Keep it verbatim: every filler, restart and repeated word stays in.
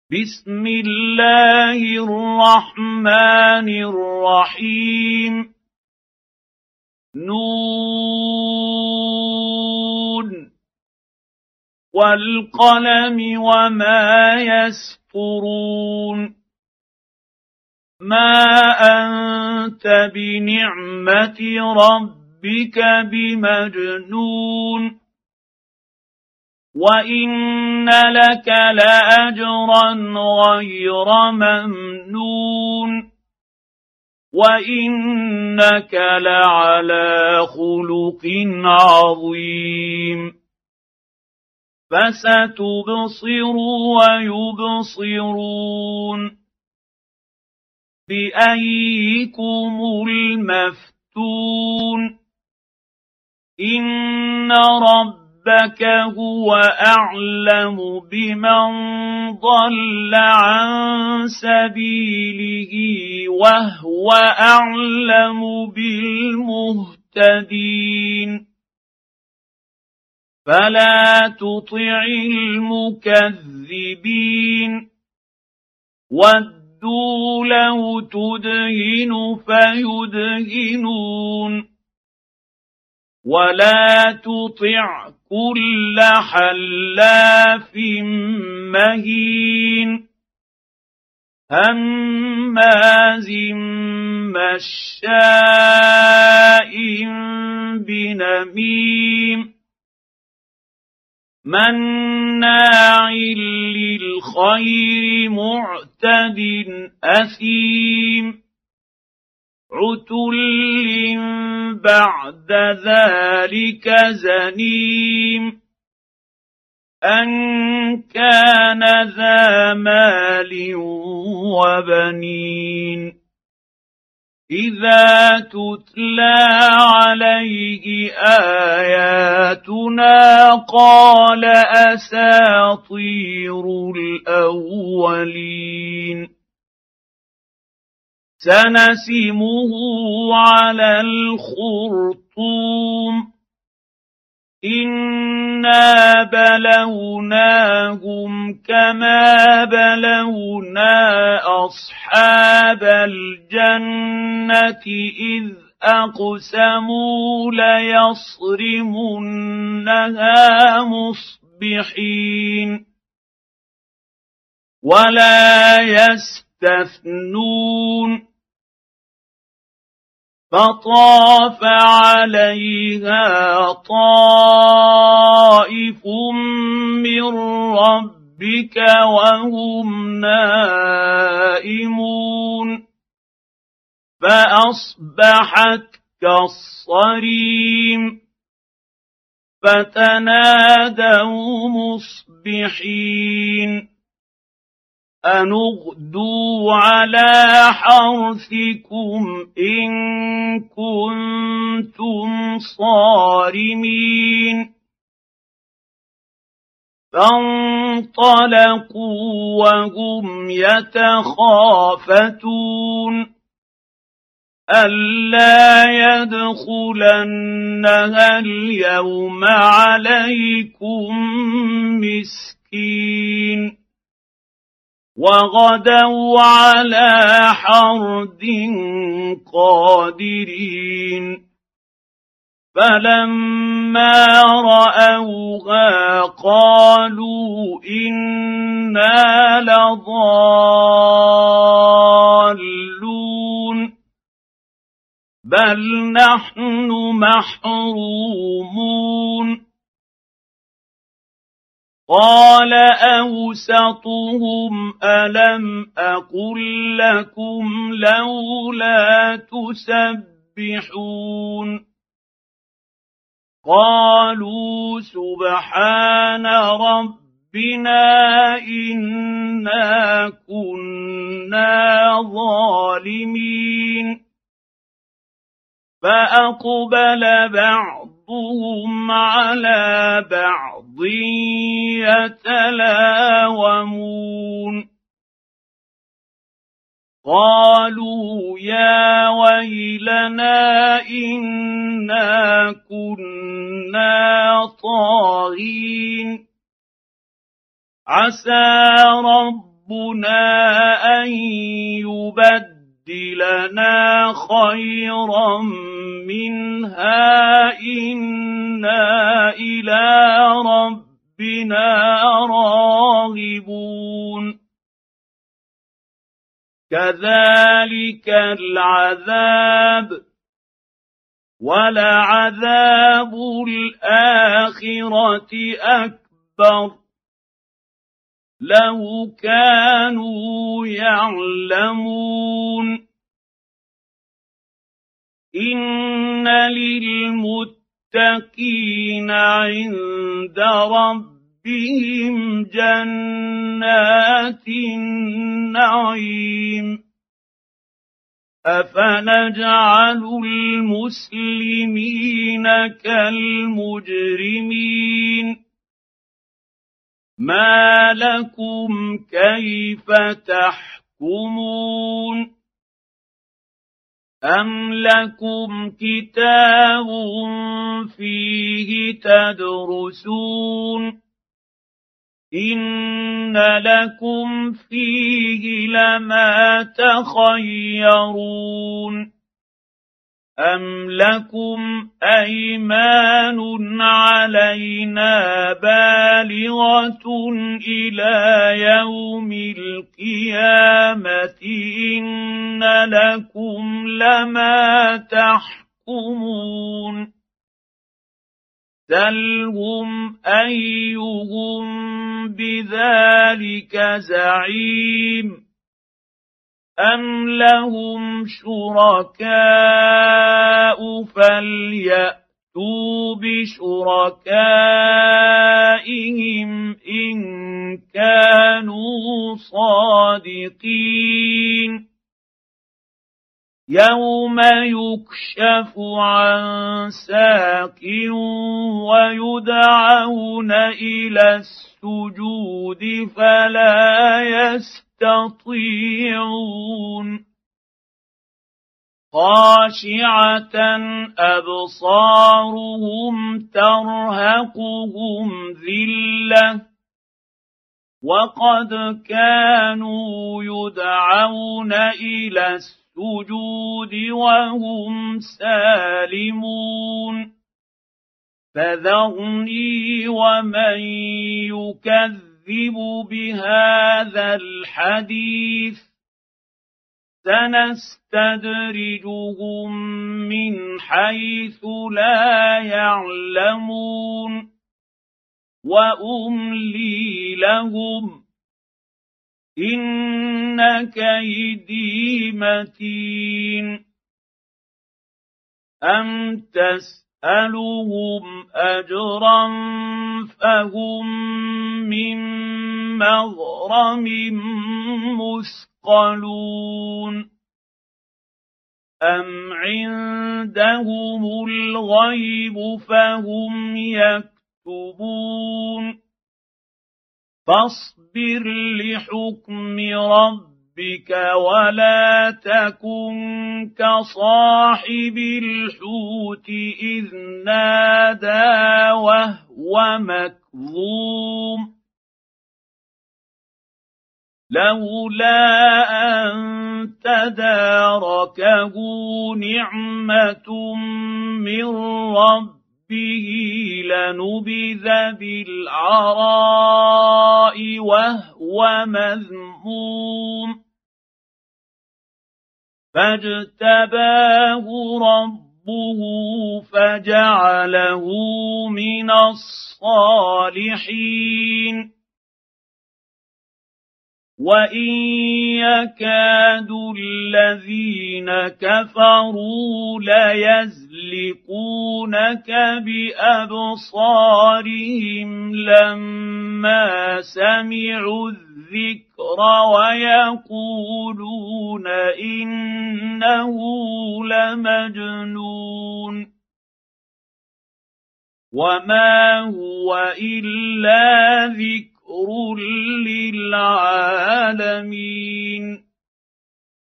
بسم الله الرحمن الرحيم نون والقلم وما يسطرون ما أنت بنعمة ربك بمجنون وإن لك لأجرا غير ممنون وإنك لعلى خلق عظيم فستبصر ويبصرون بأيكم المفتون إن رب ربك هو أعلم بمن ضل عن سبيله وهو أعلم بالمهتدين فلا تطع المكذبين ودوا لو تدهن فيدهنون ولا تطع كل حلاف مهين هماز مشاء بنميم مناع للخير معتد أثيم عتل بعد ذلك زنيم أن كان ذا مال وبنين إذا تتلى عليه آياتنا قال أساطير الأولين سنسمه على الخرطوم إنا بلوناهم كما بلونا أصحاب الجنة إذ أقسموا ليصرمنها مصبحين ولا يستثنون فطاف عليها طائف من ربك وهم نائمون فأصبحت كالصريم فتنادوا مصبحين أن اغدوا على حرثكم إن كنتم صارمين فانطلقوا وهم يتخافتون ألا يدخلنها اليوم عليكم مسكين وغدوا على حرد قادرين فلما رأوها قالوا إنا لضالون بل نحن محرومون قال أوسطهم ألم أقل لكم لولا تسبحون قالوا سبحان ربنا إنا كنا ظالمين فأقبل بعضهم على بعض يتلاومون قالوا يا ويلنا إنا كنا طاغين عسى رب ربنا أن يبدلنا خيرا منها إنا إلى ربنا راغبون كذلك العذاب ولعذاب الآخرة أكبر لو كانوا يعلمون إن للمتقين عند ربهم جنات النعيم أفنجعل المسلمين كالمجرمين ما لكم كيف تحكمون أم لكم كتاب فيه تدرسون إن لكم فيه لما تخيرون أم لكم أيمان علينا بالغة إلى يوم القيامة إن لكم لما تحكمون سلهم أيهم بذلك زعيم أم لهم شركاء فليأتوا بشركائهم إن كانوا صادقين يوم يكشف عن ساق ويدعون إلى السجود فلا يستطيعون خاشعة أبصارهم ترهقهم ذلة وقد كانوا يدعون إلى السجود السجود وهم سالمون فذرني ومن يكذب بهذا الحديث سنستدرجهم من حيث لا يعلمون وأملي لهم إن كيدي متين أم تسألهم أجرا فهم من مغرم مثقلون أم عندهم الغيب فهم يكتبون فاصبر لحكم ربك ولا تكن كصاحب الحوت إذ نادى وهو مكظوم لولا أن تداركه نعمة من ربه به لنبذ بالعراء وهو مذموم فاجتباه ربه فجعله من الصالحين وإن يكاد الذين كفروا ليزلقونك بأبصارهم لما سمعوا الذكر ويقولون إنه لمجنون وما هو إلا ذكر للعالمين